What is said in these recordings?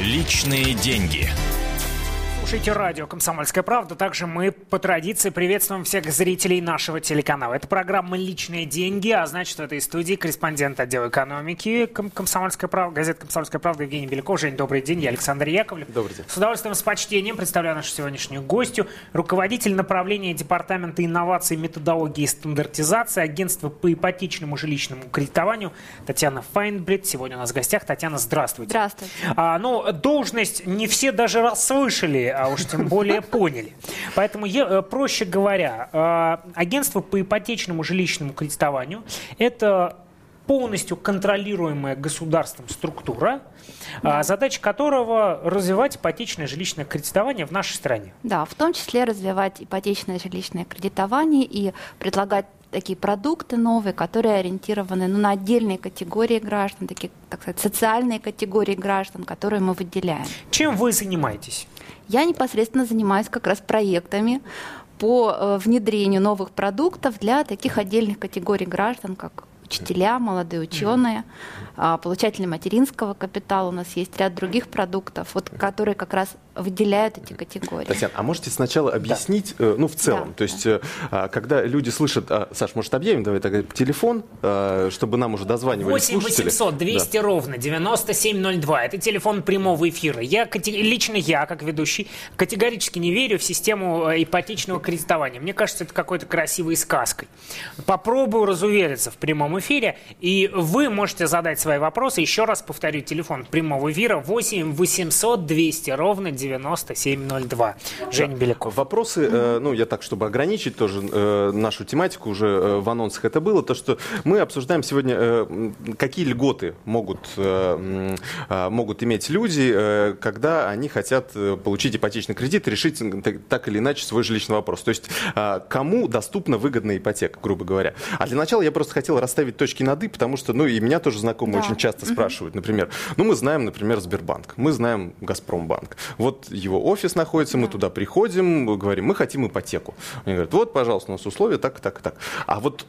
Личные деньги. Слушайте радио «Комсомольская правда». Также мы по традиции приветствуем всех зрителей нашего телеканала. Это программа «Личные деньги», а значит, в этой студии корреспондент отдела экономики «Комсомольская правда», газета «Комсомольская правда» Евгений Беляков. Жень, добрый день. Я Александр Яковлев. Добрый день. С удовольствием, с почтением представляю нашу сегодняшнюю гостью, руководитель направления Департамента инноваций, методологии и стандартизации Агентства по ипотечному жилищному кредитованию Татьяна Файнбрид. Сегодня у нас в гостях. Татьяна, здравствуйте. Здравствуйте. Должность не все даже расслышали, а уж тем более поняли. Поэтому, проще говоря, агентство по ипотечному жилищному кредитованию – это полностью контролируемая государством структура, задача которого развивать ипотечное жилищное кредитование в нашей стране. Да, в том числе развивать ипотечное жилищное кредитование и предлагать такие продукты новые, которые ориентированы на отдельные категории граждан, такие, так сказать, социальные категории граждан, которые мы выделяем. Чем вы занимаетесь? Я непосредственно занимаюсь как раз проектами по внедрению новых продуктов для таких отдельных категорий граждан, как учителя, молодые ученые, получатели материнского капитала. У нас есть ряд других продуктов, которые как раз выделяют эти категории. Татьяна, а можете сначала объяснить, в целом, то есть, когда люди слышат, Саш, может, объявим, давай тогда телефон, чтобы нам уже дозванивались слушатели. 8 800 200 ровно 9702. Это телефон прямого эфира. Лично я, как ведущий, категорически не верю в систему ипотечного кредитования. Мне кажется, это какой-то красивой сказкой. Попробую разувериться в прямом эфире, и вы можете задать свои вопросы. Еще раз повторю, телефон прямого эфира 8 800 200 ровно 9702. Женя Беляков. Вопросы, я так, чтобы ограничить тоже нашу тематику, уже в анонсах это было, то, что мы обсуждаем сегодня, какие льготы могут иметь люди, когда они хотят получить ипотечный кредит и решить так или иначе свой жилищный вопрос. То есть, кому доступна выгодная ипотека, грубо говоря. А для начала я просто хотел расставить точки над «и», потому что, и меня тоже знакомые очень часто спрашивают, например, мы знаем, например, Сбербанк, мы знаем Газпромбанк. Вот его офис находится, мы туда приходим, говорим, мы хотим ипотеку. Они говорят, вот, пожалуйста, у нас условия так и так и так. А вот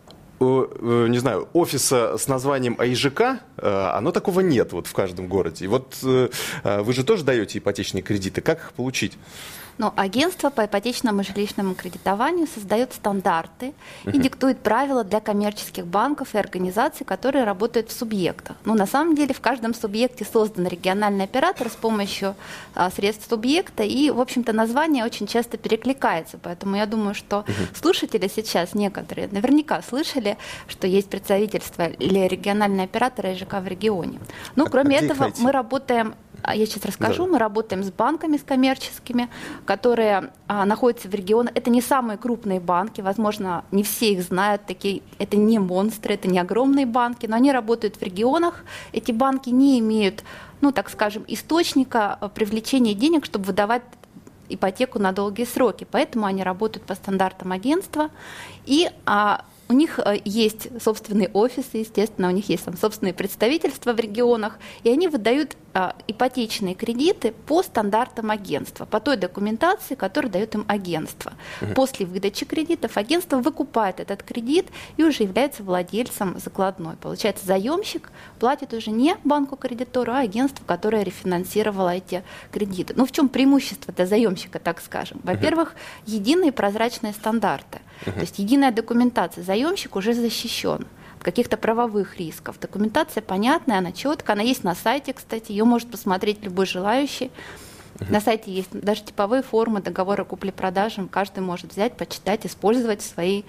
не знаю, офиса с названием АИЖК, оно такого нет вот в каждом городе. И вот вы же тоже даете ипотечные кредиты, как их получить? Агентство по ипотечному жилищному кредитованию создает стандарты и диктует правила для коммерческих банков и организаций, которые работают в субъектах. На самом деле в каждом субъекте создан региональный оператор с помощью средств субъекта, и, в общем-то, название очень часто перекликается. Поэтому я думаю, что слушатели сейчас некоторые наверняка слышали, что есть представительство или региональный оператор АИЖК в регионе. Кроме этого, мы работаем... Я сейчас расскажу. Мы работаем с банками, с коммерческими, которые находятся в регионах. Это не самые крупные банки, возможно, не все их знают. Это не монстры, это не огромные банки, но они работают в регионах. Эти банки не имеют, так скажем, источника привлечения денег, чтобы выдавать ипотеку на долгие сроки. Поэтому они работают по стандартам агентства. И у них есть собственные офисы, естественно, у них есть собственные представительства в регионах, и они выдают ипотечные кредиты по стандартам агентства, по той документации, которую дает им агентство. После выдачи кредитов агентство выкупает этот кредит и уже является владельцем закладной. Получается, заемщик платит уже не банку-кредитору, а агентству, которое рефинансировало эти кредиты. В чем преимущество для заемщика, так скажем? Во-первых, единые прозрачные стандарты, то есть единая документация. Заемщик уже защищен от каких-то правовых рисков. Документация понятная, она четкая, она есть на сайте, кстати, ее может посмотреть любой желающий. На сайте есть даже типовые формы договора купли-продажи, каждый может взять, почитать, использовать в своей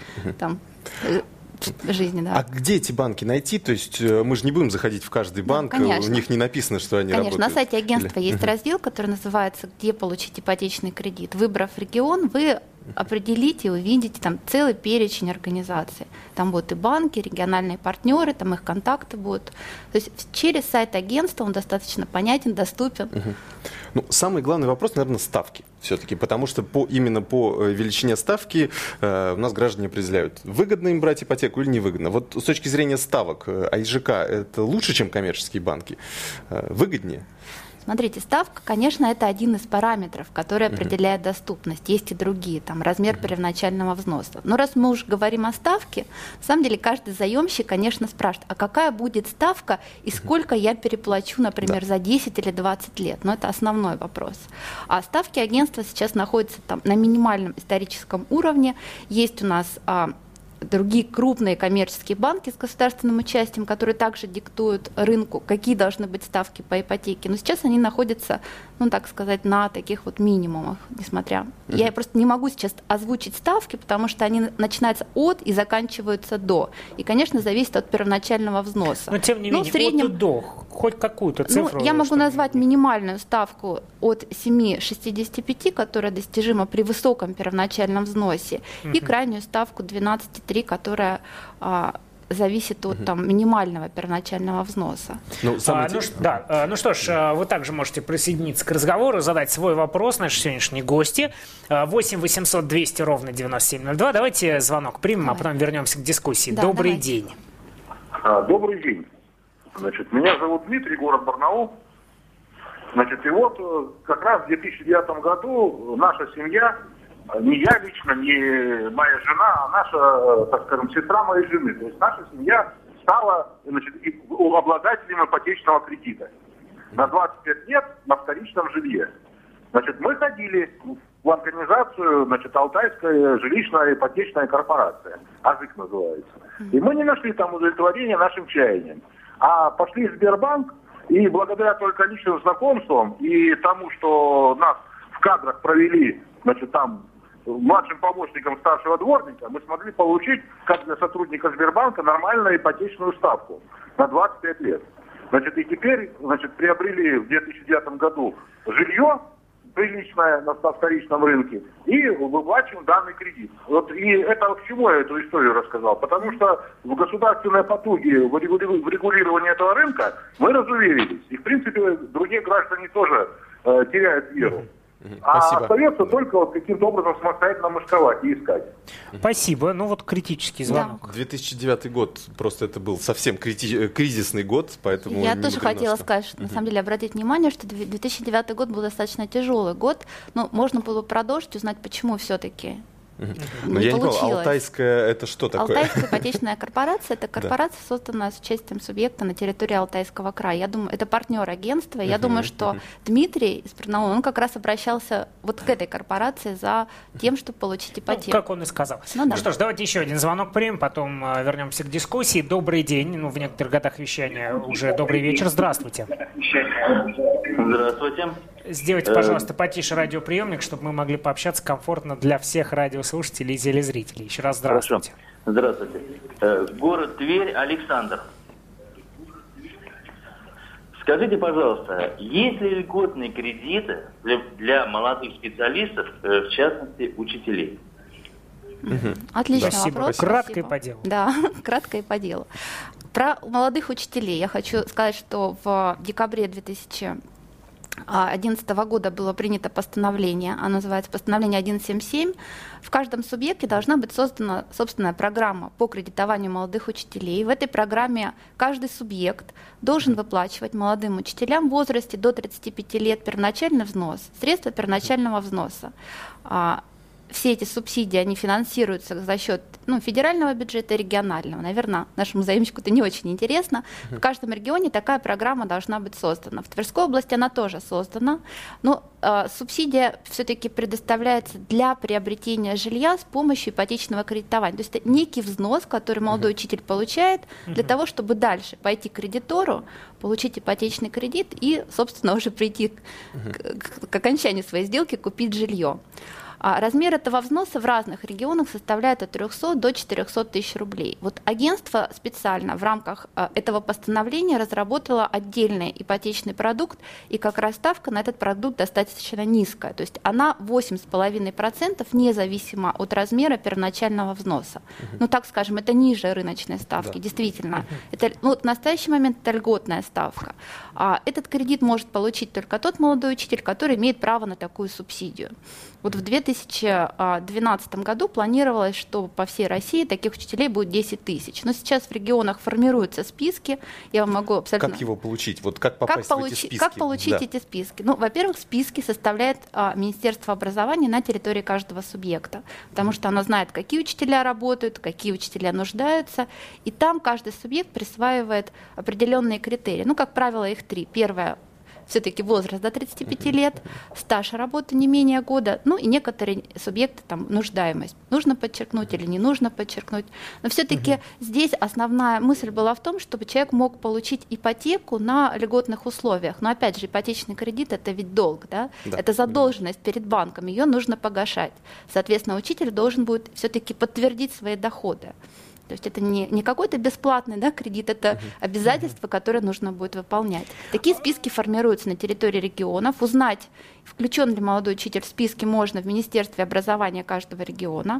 жизни. Да. А где эти банки найти? То есть мы же не будем заходить в каждый банк, у них не написано, что они работают. Конечно, на сайте агентства есть раздел, который называется «Где получить ипотечный кредит». Выбрав регион, вы определите, увидите там целый перечень организаций. Там будут и банки, региональные партнеры, там их контакты будут. То есть через сайт агентства он достаточно понятен, доступен. Самый главный вопрос, наверное, ставки все-таки, потому что именно по величине ставки у нас граждане определяют, выгодно им брать ипотеку или невыгодно. Вот с точки зрения ставок, АИЖК это лучше, чем коммерческие банки? Выгоднее? Смотрите, ставка, конечно, это один из параметров, который определяет доступность. Есть и другие, там, размер первоначального взноса. Но раз мы уже говорим о ставке, на самом деле каждый заемщик, конечно, спрашивает, а какая будет ставка и сколько я переплачу, например, за 10 или 20 лет? Но это основной вопрос. А ставки агентства сейчас находятся там на минимальном историческом уровне. Есть у нас другие крупные коммерческие банки с государственным участием, которые также диктуют рынку, какие должны быть ставки по ипотеке. Но сейчас они находятся, ну, так сказать, на таких вот минимумах, несмотря. Я просто не могу сейчас озвучить ставки, потому что они начинаются от и заканчиваются до. И, конечно, зависит от первоначального взноса. Но, тем не менее, в среднем, от и до, хоть какую-то цифру. Я могу назвать минимальную ставку от 7,65, которая достижима при высоком первоначальном взносе, и крайнюю ставку 12,3, которая зависит от там, минимального первоначального взноса. Ну что ж, вы также можете присоединиться к разговору, задать свой вопрос нашей сегодняшней гости. 8 800 200 ровно 9702. Давайте звонок примем, а потом вернемся к дискуссии. Да, Добрый давайте. день. Добрый день. Значит, меня зовут Дмитрий, город Барнаул. Значит, и вот как раз в 2009 году наша семья, не я лично, не моя жена, а наша, так скажем, сестра моей жены. То есть наша семья стала, значит, обладателем ипотечного кредита на 25 лет на вторичном жилье. Значит, мы ходили в организацию, значит, Алтайская жилищная ипотечная корпорация, АЗыК называется. И мы не нашли там удовлетворения нашим чаяниям. А пошли в Сбербанк, и благодаря только личным знакомствам и тому, что нас в кадрах провели, значит, там, младшим помощником старшего дворника, мы смогли получить, как для сотрудника Сбербанка, нормальную ипотечную ставку на 25 лет. Значит, и теперь, значит, приобрели в 2009 году жилье приличное на вторичном рынке и выплачиваем данный кредит. Вот и это к чему я эту историю рассказал? Потому что в государственной потуге в регулировании этого рынка мы разуверились. И, в принципе, другие граждане тоже теряют веру. Спасибо. А остается только вот каким-то образом самостоятельно мошковать и искать. Спасибо. Ну вот критический звонок. 2009 год, просто это был совсем кризисный год, поэтому... Я тоже хотела сказать, что на самом деле обратить внимание, что 2009 год был достаточно тяжелый год. Но можно было продолжить, узнать, почему все-таки Но я не понял, Алтайская это что такое? Алтайская ипотечная корпорация – это корпорация, созданная с участием субъекта на территории Алтайского края. Я думаю, это партнер агентства. Я думаю, что Дмитрий из Барнаула, он как раз обращался вот к этой корпорации за тем, чтобы получить ипотеку. Ну, как он и сказал. Ну что ж, давайте еще один звонок примем, потом вернемся к дискуссии. Добрый день. Ну, в некоторых годах вещания уже добрый вечер. Здравствуйте. Здравствуйте. Сделайте, пожалуйста, потише радиоприемник, чтобы мы могли пообщаться комфортно для всех радиослушателей и телезрителей. Еще раз здравствуйте. Хорошо. Здравствуйте. Город Тверь, Александр. Скажите, пожалуйста, есть ли льготные кредиты для молодых специалистов, в частности, учителей? Отличный Спасибо. вопрос. Кратко и по делу. Да, кратко и по делу. Про молодых учителей я хочу сказать, что в декабре 2011 года было принято постановление, оно называется постановление 177. В каждом субъекте должна быть создана собственная программа по кредитованию молодых учителей. В этой программе каждый субъект должен выплачивать молодым учителям в возрасте до 35 лет первоначальный взнос, средства первоначального взноса. Все эти субсидии, они финансируются за счет федерального бюджета и регионального. Наверное, нашему заемщику это не очень интересно. В каждом регионе такая программа должна быть создана. В Тверской области она тоже создана. Но субсидия все-таки предоставляется для приобретения жилья с помощью ипотечного кредитования. То есть это некий взнос, который молодой учитель получает для того, чтобы дальше пойти к кредитору, получить ипотечный кредит и, собственно, уже прийти к окончанию своей сделки, купить жилье. Размер этого взноса в разных регионах составляет от 300 до 400 тысяч рублей. Вот агентство специально в рамках этого постановления разработало отдельный ипотечный продукт, и как раз ставка на этот продукт достаточно низкая. То есть она 8,5% независимо от размера первоначального взноса. Ну, так скажем, это ниже рыночной ставки, действительно. Это, в настоящий момент это льготная ставка. Этот кредит может получить только тот молодой учитель, который имеет право на такую субсидию. Вот в 2011 2012 году планировалось, что по всей России таких учителей будет 10 тысяч. Но сейчас в регионах формируются списки. Я вам могу абсолютно... Как его получить? Вот как попасть в эти списки? Как получить эти списки? Ну, во-первых, списки составляет Министерство образования на территории каждого субъекта, потому что оно знает, какие учителя работают, какие учителя нуждаются, и там каждый субъект присваивает определенные критерии. Ну, как правило, их 3. Первое — все-таки возраст до 35 лет, стаж работы не менее года, ну и некоторые субъекты, там, нуждаемость. Нужно подчеркнуть или не нужно подчеркнуть. Но все-таки здесь основная мысль была в том, чтобы человек мог получить ипотеку на льготных условиях. Но опять же, ипотечный кредит — это ведь долг, да? Это задолженность перед банком, ее нужно погашать. Соответственно, учитель должен будет все-таки подтвердить свои доходы. То есть это не какой-то бесплатный, да, кредит, это обязательство, которое нужно будет выполнять. Такие списки формируются на территории регионов. Узнать, включен ли молодой учитель в списки, можно в Министерстве образования каждого региона.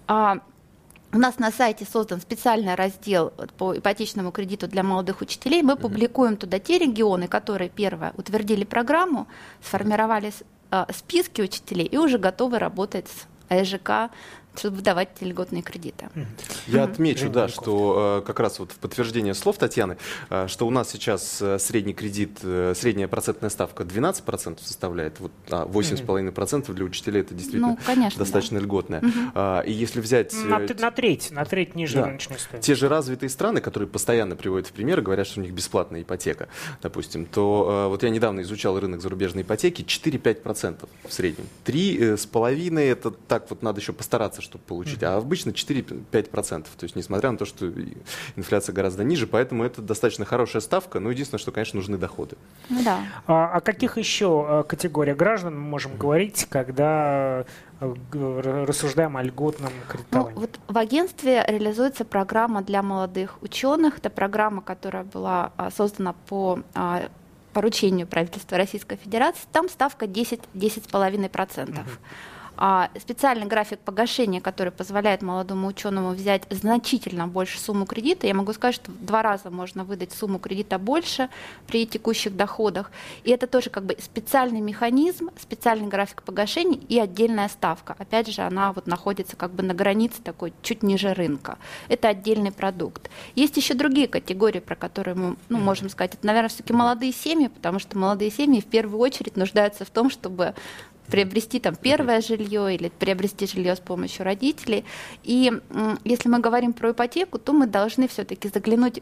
У нас на сайте создан специальный раздел по ипотечному кредиту для молодых учителей. Мы публикуем туда те регионы, которые, первое, утвердили программу, сформировали списки учителей и уже готовы работать с АЭЖК, чтобы выдавать эти льготные кредиты. Я отмечу, да, что как раз вот в подтверждение слов Татьяны, что у нас сейчас средний кредит, средняя процентная ставка 12% составляет, вот 8,5% для учителей это действительно достаточно льготная. И если взять... На треть ниже рыночной стоимости. Те же развитые страны, которые постоянно приводят в пример, говорят, что у них бесплатная ипотека, допустим, то вот я недавно изучал рынок зарубежной ипотеки, 4-5% в среднем. 3,5% это так вот надо еще постараться, чтобы получить, а обычно 4-5%. То есть, несмотря на то, что инфляция гораздо ниже, поэтому это достаточно хорошая ставка, но единственное, что, конечно, нужны доходы. Да. О каких еще категориях граждан мы можем говорить, когда рассуждаем о льготном кредитовании? Ну, вот в агентстве реализуется программа для молодых ученых. Это программа, которая была создана по поручению правительства Российской Федерации. Там ставка 10-10,5%. Специальный график погашения, который позволяет молодому ученому взять значительно больше сумму кредита. Я могу сказать, что в 2 раза можно выдать сумму кредита больше при текущих доходах. И это тоже как бы специальный механизм, специальный график погашения и отдельная ставка. Опять же, она вот находится как бы на границе такой чуть ниже рынка. Это отдельный продукт. Есть еще другие категории, про которые мы можем сказать. Это, наверное, все-таки молодые семьи, потому что молодые семьи в первую очередь нуждаются в том, чтобы приобрести там первое жилье или приобрести жилье с помощью родителей. И если мы говорим про ипотеку, то мы должны все-таки заглянуть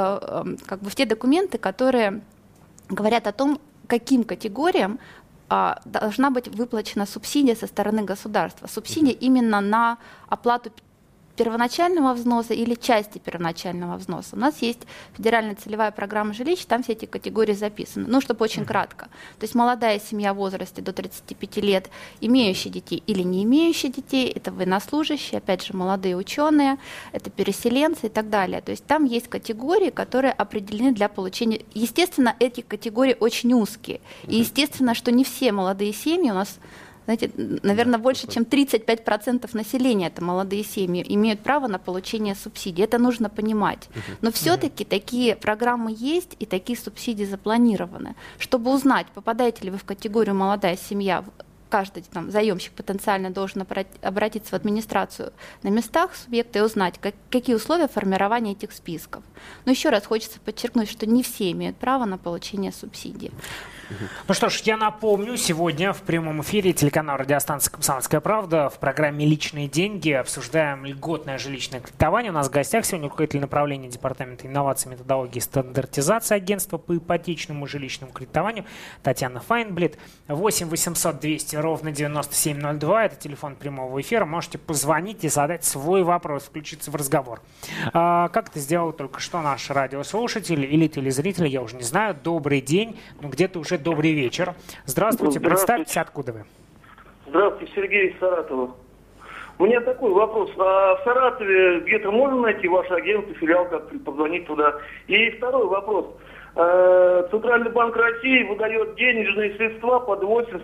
в те документы, которые говорят о том, каким категориям должна быть выплачена субсидия со стороны государства. Субсидия именно на оплату первоначального взноса или части первоначального взноса. У нас есть федеральная целевая программа жилищ, там все эти категории записаны. Ну, чтобы очень кратко. То есть молодая семья в возрасте до 35 лет, имеющие детей или не имеющие детей, это военнослужащие, опять же, молодые ученые, это переселенцы и так далее. То есть там есть категории, которые определены для получения. Естественно, эти категории очень узкие. И естественно, что не все молодые семьи у нас, знаете, наверное, больше, чем 35% населения, это молодые семьи, имеют право на получение субсидий. Это нужно понимать. Но все-таки такие программы есть и такие субсидии запланированы. Чтобы узнать, попадаете ли вы в категорию «молодая семья», каждый там, заемщик потенциально должен обратиться в администрацию на местах субъекта и узнать, какие условия формирования этих списков. Но еще раз хочется подчеркнуть, что не все имеют право на получение субсидий. Ну что ж, я напомню, сегодня в прямом эфире телеканала радиостанции «Комсомольская правда» в программе «Личные деньги» обсуждаем льготное жилищное кредитование. У нас в гостях сегодня руководитель направления Департамента инноваций, методологии и стандартизации агентства по ипотечному жилищному кредитованию Татьяна Файнблит. 8 800 200 ровно 9702. Это телефон прямого эфира. Можете позвонить и задать свой вопрос, включиться в разговор. Как это сделал только что наш радиослушатель или телезритель, я уже не знаю. Добрый день. Ну, где-то уже добрый вечер. Здравствуйте. Представьтесь, откуда вы? Здравствуйте, Сергей из Саратова. У меня такой вопрос. А в Саратове где-то можно найти ваше агентство, филиал, как позвонить туда? И второй вопрос. Центральный банк России выдает денежные средства под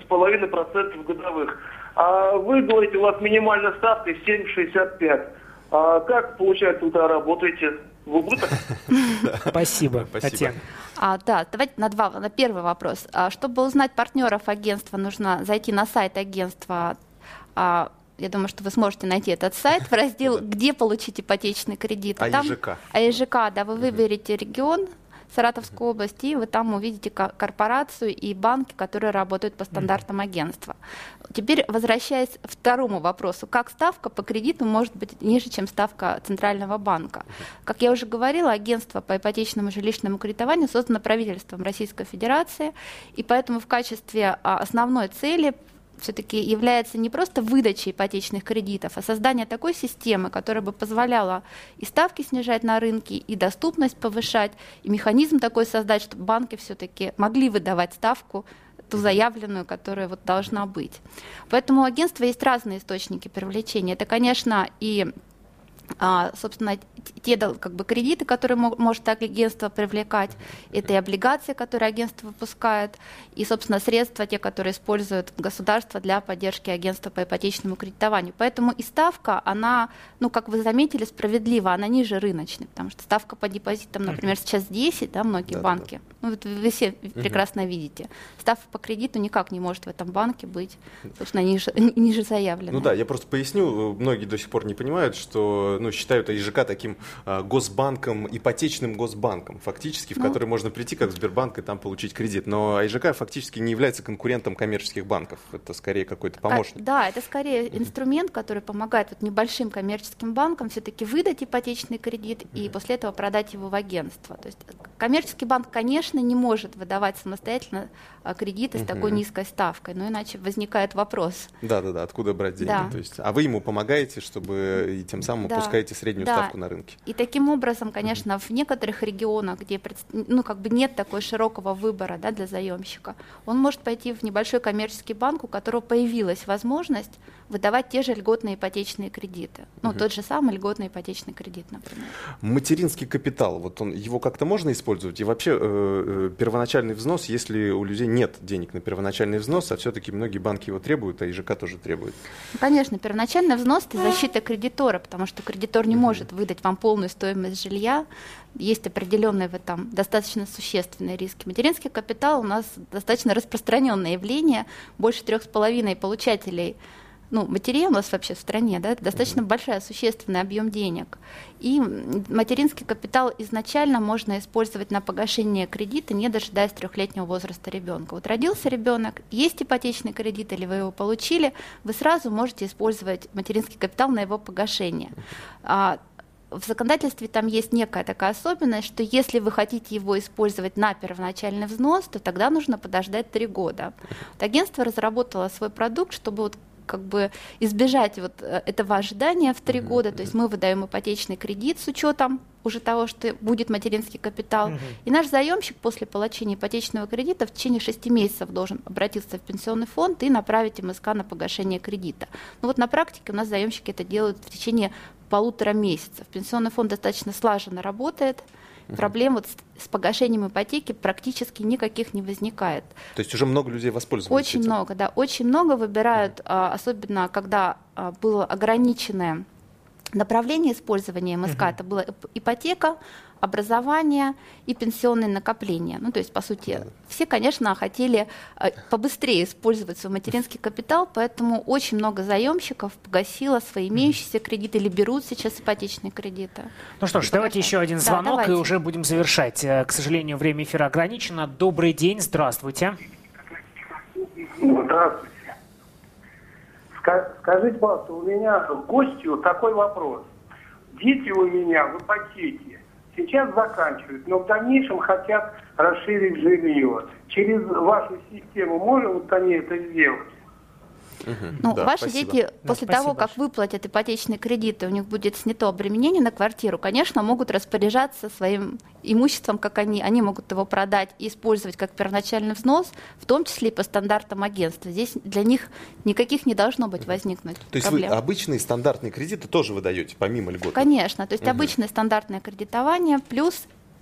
8,5% годовых. А вы говорите, у вас минимальная ставка 7,65. А как, получается, вы тогда работаете? В убыток? Спасибо, Татьяна. Да, давайте на первый вопрос. Чтобы узнать партнеров агентства, нужно зайти на сайт агентства Я думаю, что вы сможете найти этот сайт в раздел «Где получить ипотечный кредит». АЕЖК. АЕЖК, да, вы выберете регион Саратовской области, и вы там увидите корпорацию и банки, которые работают по стандартам агентства. Теперь, возвращаясь к второму вопросу, как ставка по кредиту может быть ниже, чем ставка Центрального банка? Как я уже говорила, агентство по ипотечному жилищному кредитованию создано правительством Российской Федерации, и поэтому в качестве основной цели все-таки является не просто выдача ипотечных кредитов, а создание такой системы, которая бы позволяла и ставки снижать на рынке, и доступность повышать, и механизм такой создать, чтобы банки все-таки могли выдавать ставку, ту заявленную, которая вот должна быть. Поэтому у агентства есть разные источники привлечения. Это, конечно, и собственно, те кредиты, которые может агентство привлекать, это и облигации, которые агентство выпускает, и, собственно, средства, те, которые использует государство для поддержки агентства по ипотечному кредитованию. Поэтому и ставка, она, как вы заметили, справедлива, она ниже рыночной, потому что ставка по депозитам, например, сейчас 10, да, многие банки, вы все прекрасно видите, ставка по кредиту никак не может в этом банке быть, собственно, ниже заявленной. Я просто поясню, многие до сих пор не понимают, что считают АЕЖК таким госбанком, ипотечным госбанком, фактически, в который можно прийти, как в Сбербанк, и там получить кредит. Но АЕЖК фактически не является конкурентом коммерческих банков. Это скорее какой-то помощник. Да, это скорее инструмент, который помогает небольшим коммерческим банкам все-таки выдать ипотечный кредит и после этого продать его в агентство. То есть коммерческий банк, конечно, не может выдавать самостоятельно кредиты с такой низкой ставкой, но иначе возникает вопрос. Да, откуда брать деньги? Да. То есть, а вы ему помогаете, чтобы и тем самым пускаете среднюю ставку на рынке. И таким образом, конечно, в некоторых регионах, где нет такой широкого выбора, да, для заемщика, он может пойти в небольшой коммерческий банк, у которого появилась возможность выдавать те же льготные ипотечные кредиты. Тот же самый льготный ипотечный кредит, например. Материнский капитал, его как-то можно использовать? И вообще первоначальный взнос, если у людей нет денег на первоначальный взнос, а все-таки многие банки его требуют, а АЕЖК тоже требует. Конечно, первоначальный взнос – это защита кредитора, потому что кредитор не может выдать вам полную стоимость жилья, есть определенные в этом достаточно существенные риски. Материнский капитал у нас достаточно распространенное явление, больше 3,5 получателей матерей у нас вообще в стране, да, это достаточно большой, существенный объем денег. И материнский капитал изначально можно использовать на погашение кредита, не дожидаясь 3-летнего возраста ребенка. Родился ребенок, есть ипотечный кредит или вы его получили, вы сразу можете использовать материнский капитал на его погашение. В законодательстве там есть некая такая особенность, что если вы хотите его использовать на первоначальный взнос, то тогда нужно подождать 3 года. Агентство разработало свой продукт, чтобы избежать этого ожидания в 3 года. То есть мы выдаем ипотечный кредит с учетом уже того, что будет материнский капитал. И наш заемщик после получения ипотечного кредита в течение 6 месяцев должен обратиться в пенсионный фонд и направить МСК на погашение кредита. На практике у нас заемщики это делают в течение 1,5 месяца. Пенсионный фонд достаточно слаженно работает. Проблем с погашением ипотеки практически никаких не возникает. То есть уже много людей воспользовались этим? Очень много выбирают, особенно когда было ограниченное направление использования МСК, это была ипотека, образование и пенсионные накопления. То есть, по сути, все, конечно, хотели побыстрее использовать свой материнский капитал, поэтому очень много заемщиков погасило свои имеющиеся кредиты или берут сейчас ипотечные кредиты. Что ж, давайте еще один звонок, и уже будем завершать. К сожалению, время эфира ограничено. Добрый день, здравствуйте. Здравствуйте. Скажите, пожалуйста, у меня к гостю такой вопрос. Дети у меня в ипотеке сейчас заканчивают, но в дальнейшем хотят расширить жилье. Через вашу систему можем они это сделать? Ваши дети после того, как выплатят ипотечные кредиты, у них будет снято обременение на квартиру, конечно, могут распоряжаться своим имуществом, как они могут его продать и использовать как первоначальный взнос, в том числе и по стандартам агентства. Здесь для них никаких не должно быть возникнуть проблем. То есть вы обычные стандартные кредиты тоже выдаете, помимо льгот? Конечно, то есть обычное стандартное кредитование плюс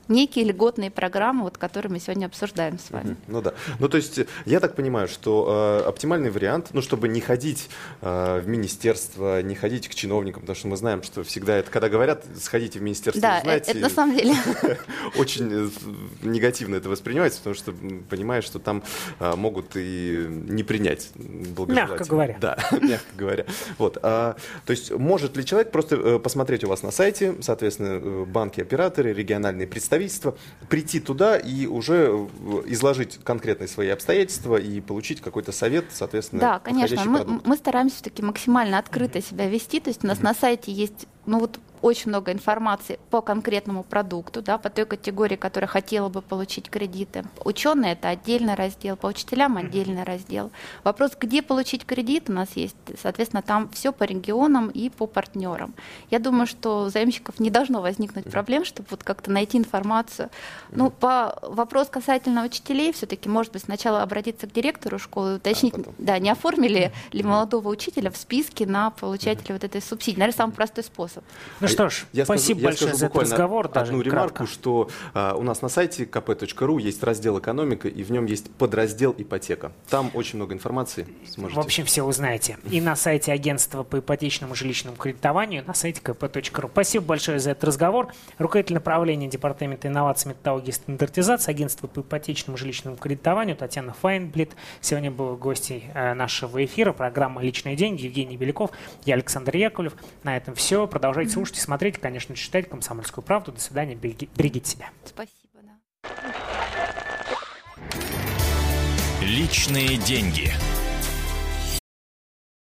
некие льготные программы, вот, которые мы сегодня обсуждаем с вами. Ну да. Ну то есть я так понимаю, что оптимальный вариант, ну чтобы не ходить в министерство, не ходить к чиновникам, потому что мы знаем, что всегда это, когда говорят, сходите в министерство, Да, узнаете, это на самом деле очень негативно это воспринимается, потому что понимаешь, что там могут и не принять благожелательно. Мягко говоря. Да, мягко говоря. Вот. То есть может ли человек просто посмотреть у вас на сайте, соответственно, банки, операторы, региональные представительства, прийти туда и уже изложить конкретные свои обстоятельства и получить какой-то совет, соответственно, да, конечно. подходящий продукт? Мы стараемся все-таки максимально открыто себя вести. То есть у нас на сайте есть, ну вот, очень много информации по конкретному продукту, да, по той категории, которая хотела бы получить кредиты. Ученые — это отдельный раздел, по учителям отдельный раздел. Вопрос, где получить кредит, у нас есть, соответственно, там все по регионам и по партнерам. Я думаю, что у заемщиков не должно возникнуть проблем, чтобы вот как-то найти информацию. Ну, по вопрос касательно учителей, все-таки, может быть, сначала обратиться к директору школы, уточнить, да, не оформили ли молодого учителя в списке на получателя вот этой субсидии. Наверное, самый простой способ. Ну что ж, спасибо большое за этот разговор. Одну ремарку, что у нас на сайте kp.ru есть раздел «Экономика», и в нем есть подраздел «Ипотека». Там очень много информации. Сможете... В общем, все узнаете. И на сайте агентства по ипотечному жилищному кредитованию, на сайте kp.ru. Спасибо большое за этот разговор. Руководитель направления Департамента инноваций, методологии и стандартизации агентства по ипотечному жилищному кредитованию Татьяна Файнблит сегодня был гостей нашего эфира. Программа «Личные деньги». Евгений Беляков, я Александр Яковлев. На этом все. Продолжайте слушать, смотреть, конечно, читать «Комсомольскую правду». До свидания, берегите себя. Спасибо, да. Личные деньги.